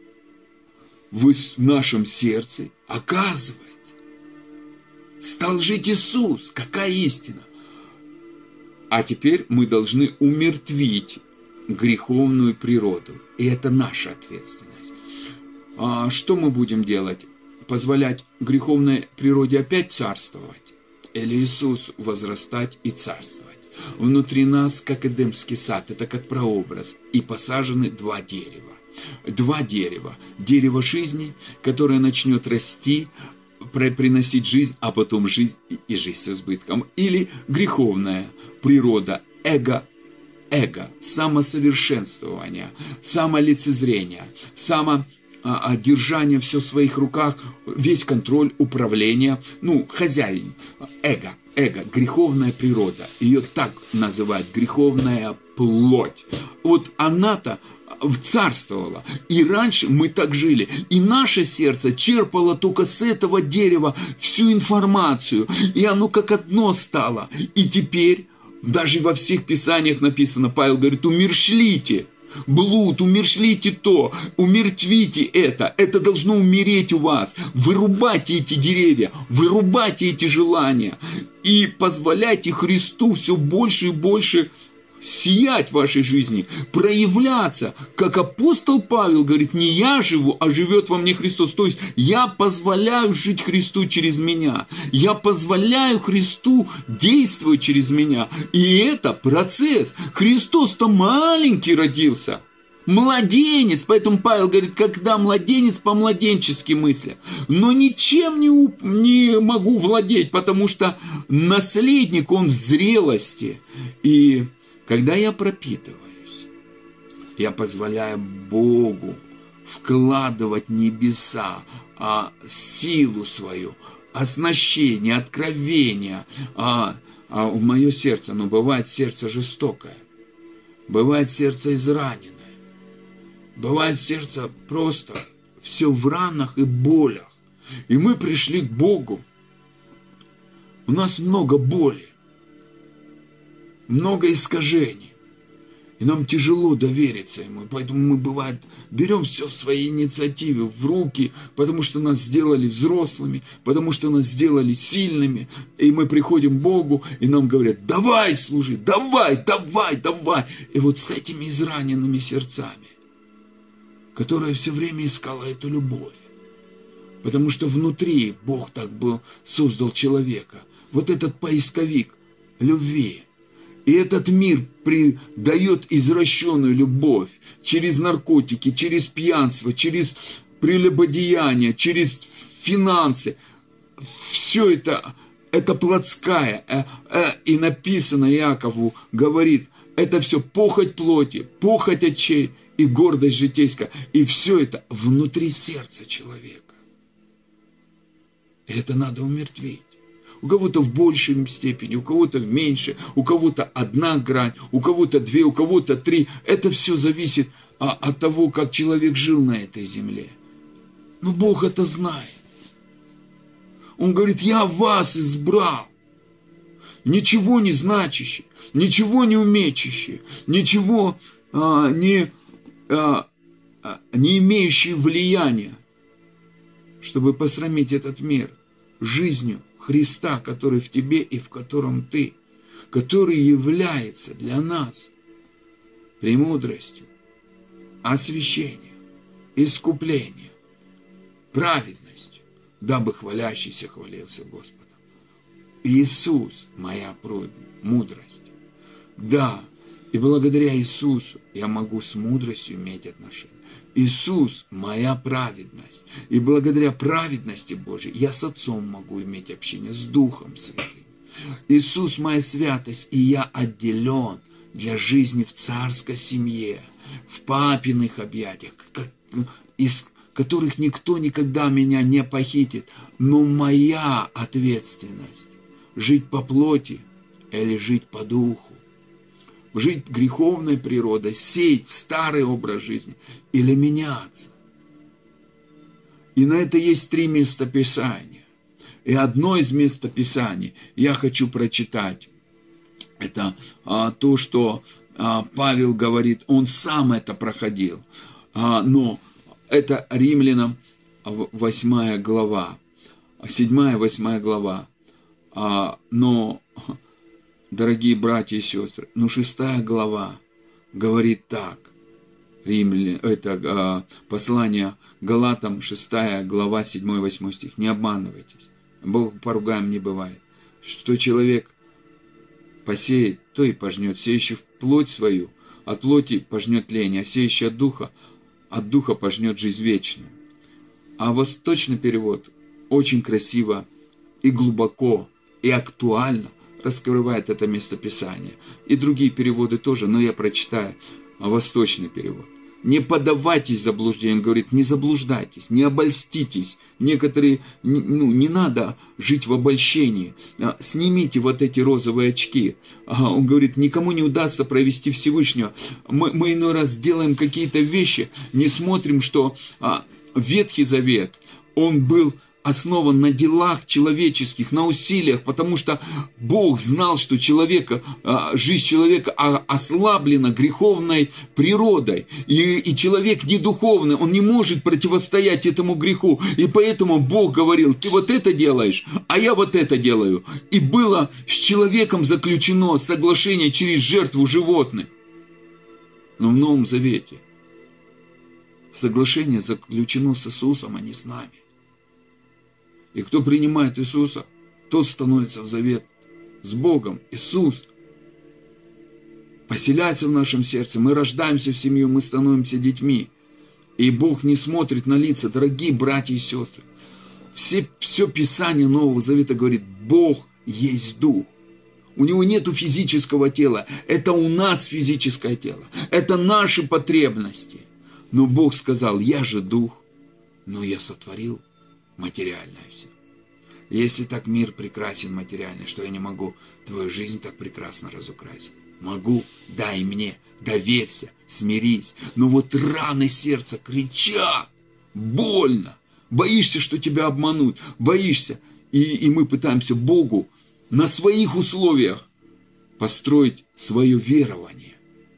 в нашем сердце. Оказывается, стал жить Иисус. Какая истина! А теперь мы должны умертвить греховную природу. И это наша ответственность. Что мы будем делать? Позволять греховной природе опять царствовать? Или Иисус возрастать и царствовать? Внутри нас, как Эдемский сад, это как прообраз. И посажены два дерева. Два дерева. Дерево жизни, которое начнет расти, приносить жизнь, а потом жизнь и жизнь с избытком. Или греховная природа, эго, самосовершенствование, самолицезрение, держание все в своих руках, весь контроль, управление, хозяин, эго, греховная природа, ее так называют, греховная плоть. Вот она-то царствовала. И раньше мы так жили. И наше сердце черпало только с этого дерева всю информацию. И оно как одно стало. И теперь, даже во всех писаниях написано, Павел говорит, умерщвите блуд, умерщвите то, умертвите это. Это должно умереть у вас. Вырубайте эти деревья, вырубайте эти желания. И позволяйте Христу все больше и больше сиять в вашей жизни, проявляться. Как апостол Павел говорит, не я живу, а живет во мне Христос. То есть я позволяю жить Христу через меня. Я позволяю Христу действовать через меня. И это процесс. Христос-то маленький родился. Младенец, поэтому Павел говорит, когда младенец по-младенчески мыслям, но ничем не могу владеть, потому что наследник, он в зрелости. И когда я пропитываюсь, я позволяю Богу вкладывать небеса, силу свою, оснащение, откровение в мое сердце. Но бывает сердце жестокое, бывает сердце израненное, бывает сердце просто все в ранах и болях. И мы пришли к Богу. У нас много боли, много искажений. И нам тяжело довериться Ему. Поэтому мы, бывает, берем все в своей инициативе в руки, потому что нас сделали взрослыми, потому что нас сделали сильными. И мы приходим к Богу, и нам говорят, давай служи, давай. И вот с этими израненными сердцами, которая все время искала эту любовь. Потому что внутри Бог так бы создал человека. Вот этот поисковик любви. И этот мир дает извращенную любовь через наркотики, через пьянство, через прелюбодеяние, через финансы. Все это плотская. И написано Иакову, говорит, это все похоть плоти, похоть очей и гордость житейская. И все это внутри сердца человека. И это надо умертвить. У кого-то в большей степени, у кого-то в меньшей, у кого-то одна грань, у кого-то две, у кого-то три. Это все зависит от того, как человек жил на этой земле. Но Бог это знает. Он говорит, я вас избрал. Ничего не значащее, ничего не умеющее, ничего не имеющее влияния, чтобы посрамить этот мир жизнью Христа, который в тебе и в котором ты, который является для нас премудростью, освящением, искуплением, праведностью, дабы хвалящийся хвалился Господом. Иисус – моя мудрость. Да, и благодаря Иисусу я могу с мудростью иметь отношения. Иисус – моя праведность. И благодаря праведности Божьей я с Отцом могу иметь общение, с Духом Святым. Иисус – моя святость, и я отделен для жизни в царской семье, в папиных объятиях, из которых никто никогда меня не похитит. Но моя ответственность – жить по плоти или жить по духу. Жить греховной природой, сеять в старый образ жизни или меняться. И на это есть 3 местописания. И одно из местописаний я хочу прочитать. Это то, что Павел говорит, он сам это проходил. Но это Римлянам 8 глава, 7-8 глава. Но... Дорогие братья и сестры, 6 глава говорит так. Это послание Галатам, 6 глава, 7-8 стих. Не обманывайтесь. Бог поругаем не бывает. Что человек посеет, то и пожнет. Сеющий в плоть свою, от плоти пожнет лень, а сеющий от духа пожнет жизнь вечную. А восточный перевод очень красиво и глубоко, и актуально раскрывает это местописание. И другие переводы тоже, но я прочитаю восточный перевод. Не поддавайтесь заблуждению, он говорит, не заблуждайтесь, не обольститесь. Некоторые, не надо жить в обольщении. Снимите вот эти розовые очки. Он говорит, никому не удастся провести Всевышнего. Мы иной раз делаем какие-то вещи, не смотрим, что Ветхий Завет, он был основан на делах человеческих, на усилиях, потому что Бог знал, что жизнь человека ослаблена греховной природой, и человек не духовный, он не может противостоять этому греху, и поэтому Бог говорил, ты вот это делаешь, а я вот это делаю. И было с человеком заключено соглашение через жертву животных. Но в Новом Завете соглашение заключено с Иисусом, а не с нами. И кто принимает Иисуса, тот становится в завет с Богом. Иисус поселяется в нашем сердце, мы рождаемся в семью, мы становимся детьми. И Бог не смотрит на лица, дорогие братья и сестры. Все Писание Нового Завета говорит, Бог есть Дух. У Него нету физического тела, это у нас физическое тело, это наши потребности. Но Бог сказал, я же Дух, но я сотворил материальное все. Если так мир прекрасен материальный, что я не могу твою жизнь так прекрасно разукрасить? Могу, дай мне, доверься, смирись. Но вот раны сердца кричат, больно, боишься, что тебя обманут, боишься. И мы пытаемся Богу на своих условиях построить свое верование.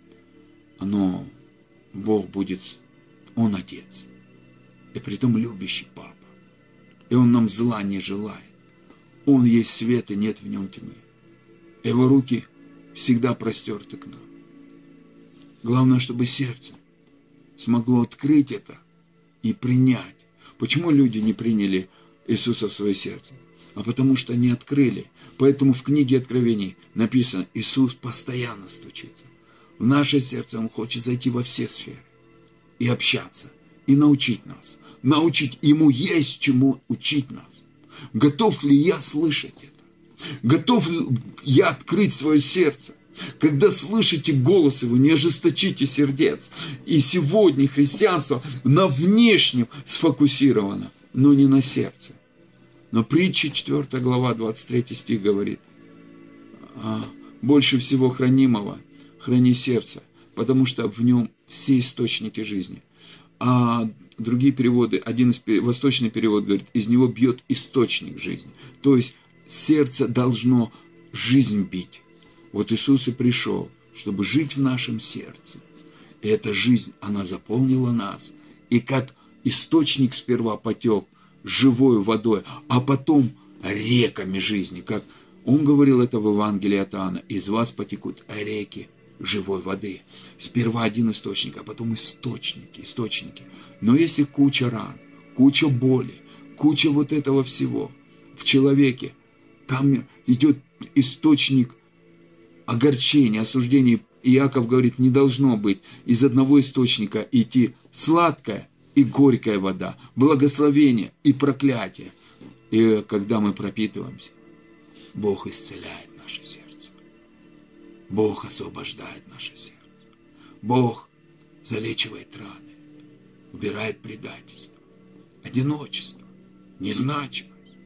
Но Бог будет, Он Отец, и притом любящий Папа. И Он нам зла не желает. Он есть свет, и нет в Нем тьмы. Его руки всегда простерты к нам. Главное, чтобы сердце смогло открыть это и принять. Почему люди не приняли Иисуса в свое сердце? а потому что не открыли. Поэтому в книге Откровений написано, Иисус постоянно стучится. В наше сердце Он хочет зайти во все сферы и общаться, и научить нас. Научить Ему есть чему учить нас. Готов ли я слышать это? Готов ли я открыть свое сердце? Когда слышите голос Его, не ожесточите сердец. И сегодня христианство на внешнем сфокусировано, но не на сердце. Но притча 4 глава, 23 стих говорит, больше всего хранимого храни сердце, потому что в нем все источники жизни. А другие переводы, восточный перевод говорит, из него бьет источник жизни. То есть сердце должно жизнь бить. Вот Иисус и пришел, чтобы жить в нашем сердце. И эта жизнь, она заполнила нас. И как источник сперва потек живой водой, а потом реками жизни. Как он говорил это в Евангелии от Иоанна. Из вас потекут реки живой воды. Сперва один источник, а потом источники. Но если куча ран, куча боли, куча вот этого всего в человеке, там идет источник огорчения, осуждения. Иаков говорит, не должно быть из одного источника идти сладкая и горькая вода, благословение и проклятие. И когда мы пропитываемся, Бог исцеляет наше сердце. Бог освобождает наше сердце. Бог залечивает раны, убирает предательство, одиночество, незначимость,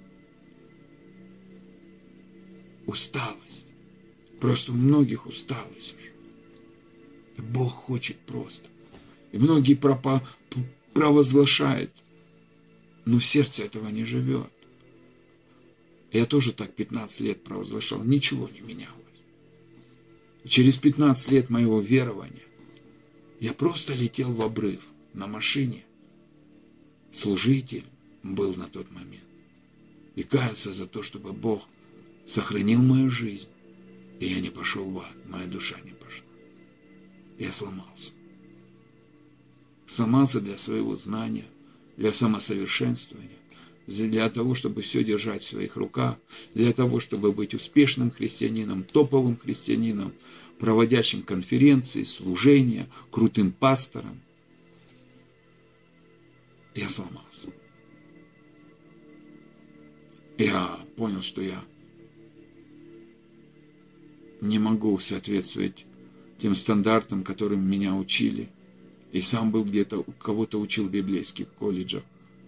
усталость. Просто у многих усталость уже. И Бог хочет просто. И многие провозглашают, но в сердце этого не живет. Я тоже так 15 лет провозглашал, ничего не менялось. И через 15 лет моего верования я просто летел в обрыв на машине. Служитель был на тот момент. И каялся за то, чтобы Бог сохранил мою жизнь. И я не пошел в ад, моя душа не пошла. Я сломался. Сломался для своего знания, для самосовершенствования, для того, чтобы все держать в своих руках, для того, чтобы быть успешным христианином, топовым христианином, проводящим конференции, служения, крутым пастором. Я сломался. Я понял, что я не могу соответствовать тем стандартам, которым меня учили. И сам был где-то, кого-то учил в библейских колледжах.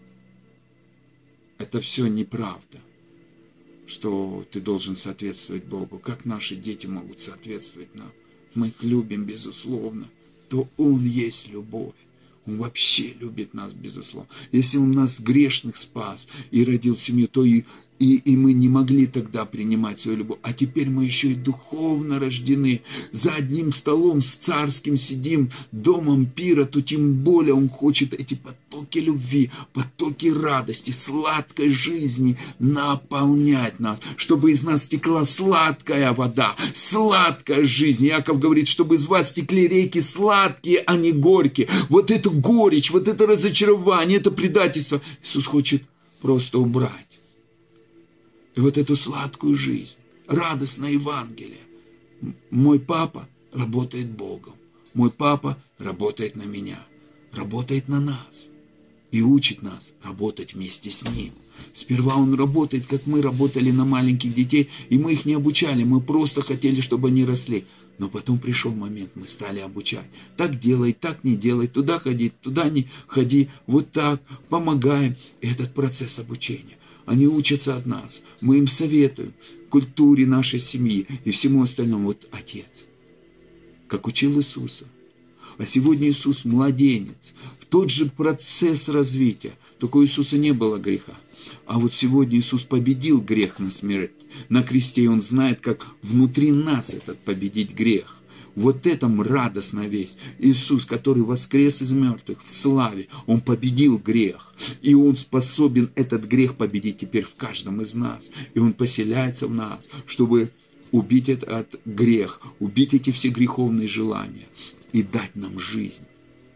Это все неправда, что ты должен соответствовать Богу. Как наши дети могут соответствовать нам? Мы их любим, безусловно. То Он есть любовь. Он вообще любит нас, безусловно. Если Он нас грешных спас и родил семью, то и мы не могли тогда принимать свою любовь. А теперь мы еще и духовно рождены. За одним столом с царским сидим, домом пира, то тем более Он хочет эти потоки любви, потоки радости, сладкой жизни наполнять нас, чтобы из нас текла сладкая вода, сладкая жизнь. Иаков говорит, чтобы из вас текли реки сладкие, а не горькие. Вот эту горечь, вот это разочарование, это предательство Иисус хочет просто убрать. И вот эту сладкую жизнь, радостное Евангелие. Мой папа работает Богом. Мой папа работает на меня, работает на нас. И учит нас работать вместе с Ним. Сперва Он работает, как мы работали на маленьких детей, и мы их не обучали, мы просто хотели, чтобы они росли. Но потом пришел момент, мы стали обучать. Так делай, так не делай, туда ходи, туда не ходи, вот так, помогаем. И этот процесс обучения. Они учатся от нас, мы им советуем, культуре нашей семьи и всему остальному. Вот Отец, как учил Иисуса. А сегодня Иисус младенец. В тот же процесс развития. Только у Иисуса не было греха. А вот сегодня Иисус победил грех на смерть. На кресте, и Он знает, как внутри нас этот победить грех. Вот этом радостная весть. Иисус, который воскрес из мертвых в славе, Он победил грех. И Он способен этот грех победить теперь в каждом из нас. И Он поселяется в нас, чтобы убить этот грех, убить эти все греховные желания и дать нам жизнь.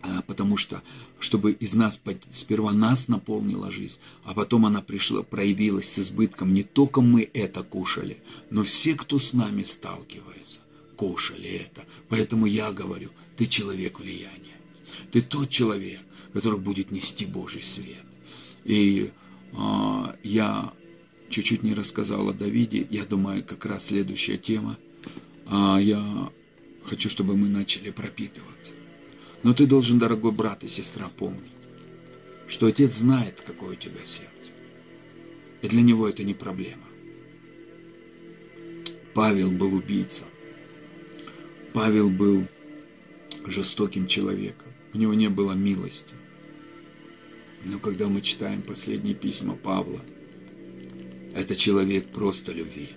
Потому что, чтобы из нас, сперва нас наполнила жизнь, а потом она пришла, проявилась с избытком. Не только мы это кушали, но все, кто с нами сталкивается, кушали это. Поэтому я говорю, ты человек влияния. Ты тот человек, который будет нести Божий свет. И я чуть-чуть не рассказал о Давиде. Я думаю, как раз следующая тема. Я хочу, чтобы мы начали пропитываться. Но ты должен, дорогой брат и сестра, помнить, что Отец знает, какое у тебя сердце. И для Него это не проблема. Павел был убийцей. Павел был жестоким человеком. У него не было милости. Но когда мы читаем последние письма Павла, это человек просто любви.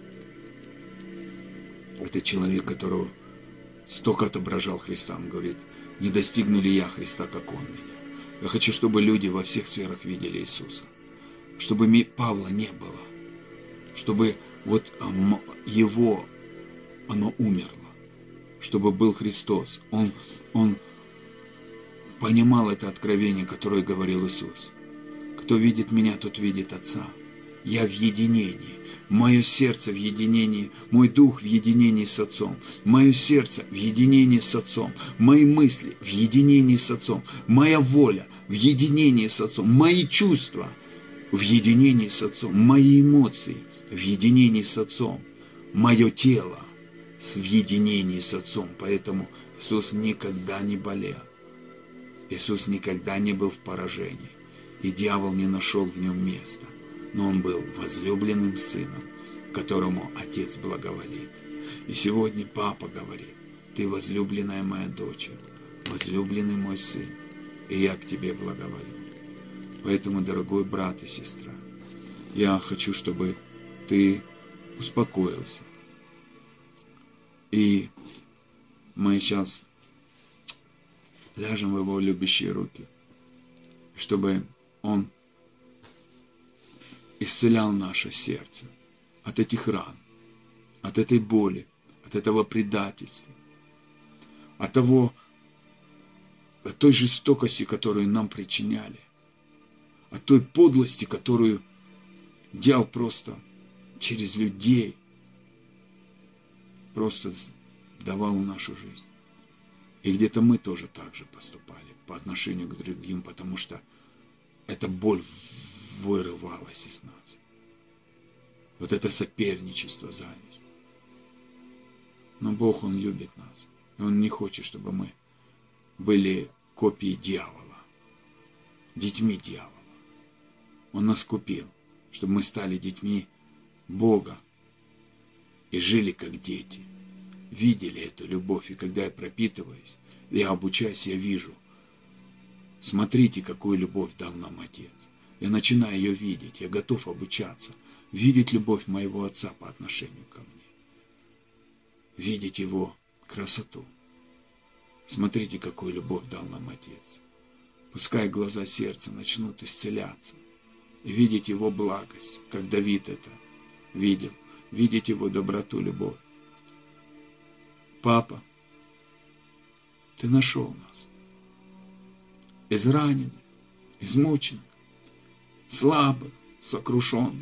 Это человек, которого столько отображал Христа. Он говорит, не достигну ли я Христа, как Он меня. Я хочу, чтобы люди во всех сферах видели Иисуса. Чтобы Павла не было. Чтобы вот его, оно умерло. Чтобы был Христос. Он понимал это откровение, которое говорил Иисус. Кто видит меня, тот видит Отца. Я в единении. Мое сердце в единении, мой дух в единении с Отцом. Мое сердце в единении с Отцом. Мои мысли в единении с Отцом. Моя воля в единении с Отцом. Мои чувства в единении с Отцом. Мои эмоции в единении с Отцом. Мое тело в единении с Отцом. Поэтому Иисус никогда не болел. Иисус никогда не был в поражении. И дьявол не нашел в нем места. Но он был возлюбленным сыном, которому Отец благоволит. И сегодня Папа говорит, ты возлюбленная моя дочь, возлюбленный мой сын, и я к тебе благоволю. Поэтому, дорогой брат и сестра, я хочу, чтобы ты успокоился. И мы сейчас ляжем в его любящие руки, чтобы он исцелял наше сердце от этих ран, от этой боли, от этого предательства, от той жестокости, которую нам причиняли, от той подлости, которую дьявол просто через людей просто давал в нашу жизнь. И где-то мы тоже так же поступали по отношению к другим, потому что эта боль вырывалась из нас. Вот это соперничество, зависть. Но Бог, Он любит нас. И Он не хочет, чтобы мы были копией дьявола, детьми дьявола. Он нас купил, чтобы мы стали детьми Бога и жили как дети. Видели эту любовь. И когда я пропитываюсь, я обучаюсь, я вижу. Смотрите, какую любовь дал нам Отец. Я начинаю ее видеть, я готов обучаться, видеть любовь моего Отца по отношению ко мне, видеть Его красоту. Смотрите, какую любовь дал нам Отец. Пускай глаза сердца начнут исцеляться и видеть Его благость, как Давид это видел, видеть Его доброту, любовь. Папа, Ты нашел нас, израненных, измученных, слабых, сокрушенных.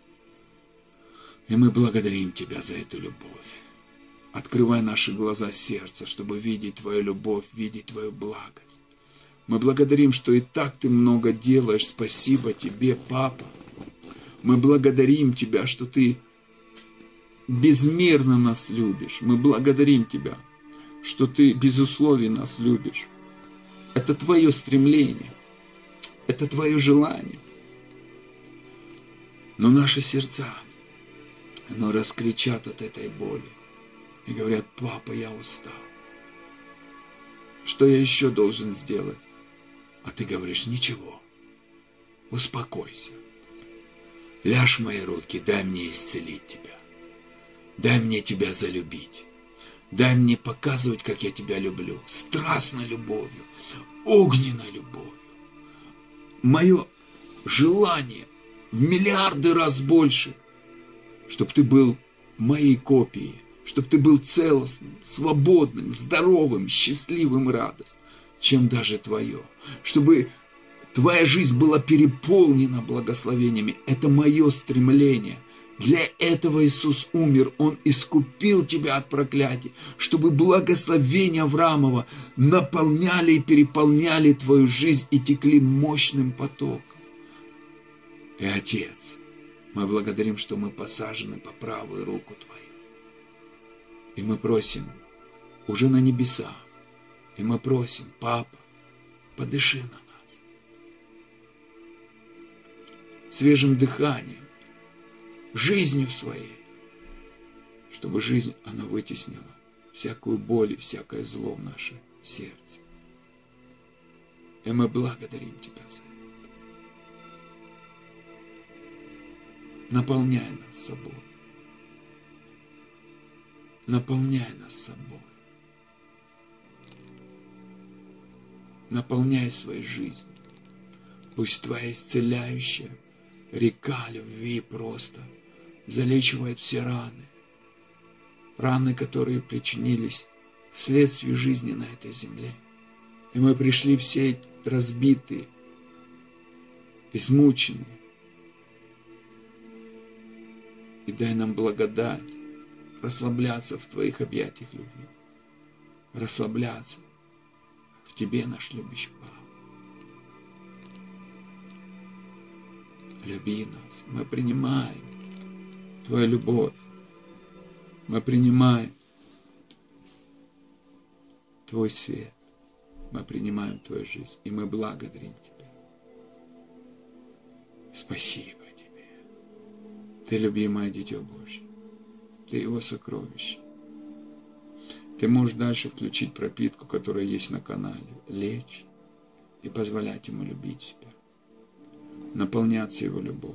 И мы благодарим Тебя за эту любовь. Открывай наши глаза сердца, чтобы видеть Твою любовь, видеть Твою благость. Мы благодарим, что и так Ты много делаешь. Спасибо Тебе, Папа. Мы благодарим Тебя, что Ты безмерно нас любишь. Мы благодарим Тебя, что Ты без условий нас любишь. Это Твое стремление. Это Твое желание. Но наши сердца, оно раскричат от этой боли. И говорят, папа, я устал. Что я еще должен сделать? А ты говоришь, ничего. Успокойся. Ляжь в мои руки, дай мне исцелить тебя. Дай мне тебя залюбить. Дай мне показывать, как я тебя люблю. Страстной любовью, огненной любовью. Мое желание в миллиарды раз больше, чтобы ты был моей копией, чтобы ты был целостным, свободным, здоровым, счастливым, радостным. чем даже твое. Чтобы твоя жизнь была переполнена благословениями. Это мое стремление. Для этого Иисус умер. Он искупил тебя от проклятия, чтобы благословения Авраамова наполняли и переполняли твою жизнь и текли мощным потоком. И, Отец, мы благодарим, что мы посажены по правую руку Твою. И мы просим уже на небесах, и мы просим, Папа, подыши на нас свежим дыханием, жизнью своей, чтобы жизнь, она вытеснила всякую боль и всякое зло в наше сердце. И мы благодарим Тебя за это. Наполняй нас собой. Наполняй нас собой. Наполняй своей жизнью. Пусть Твоя исцеляющая река любви просто залечивает все раны. Раны, которые причинились вследствие жизни на этой земле. И мы пришли все разбитые, измученные. И дай нам благодать расслабляться в Твоих объятиях любви. Расслабляться в Тебе, наш любящий Папа. Люби нас. Мы принимаем Твою любовь. Мы принимаем Твой свет. Мы принимаем Твою жизнь. И мы благодарим Тебя. Спасибо Тебе. Ты любимое Дитё Божье. Ты Его сокровище. Ты можешь дальше включить пропитку, которая есть на канале. Лечь и позволять Ему любить себя. Наполняться Его любовью.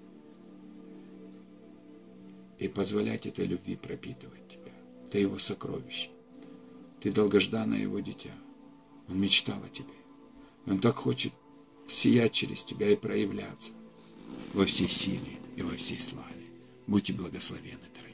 И позволять этой любви пропитывать тебя. Ты Его сокровище. Ты долгожданное Его дитя. Он мечтал о тебе. Он так хочет сиять через тебя и проявляться во всей силе и во всей славе. Будьте благословенны, дорогие.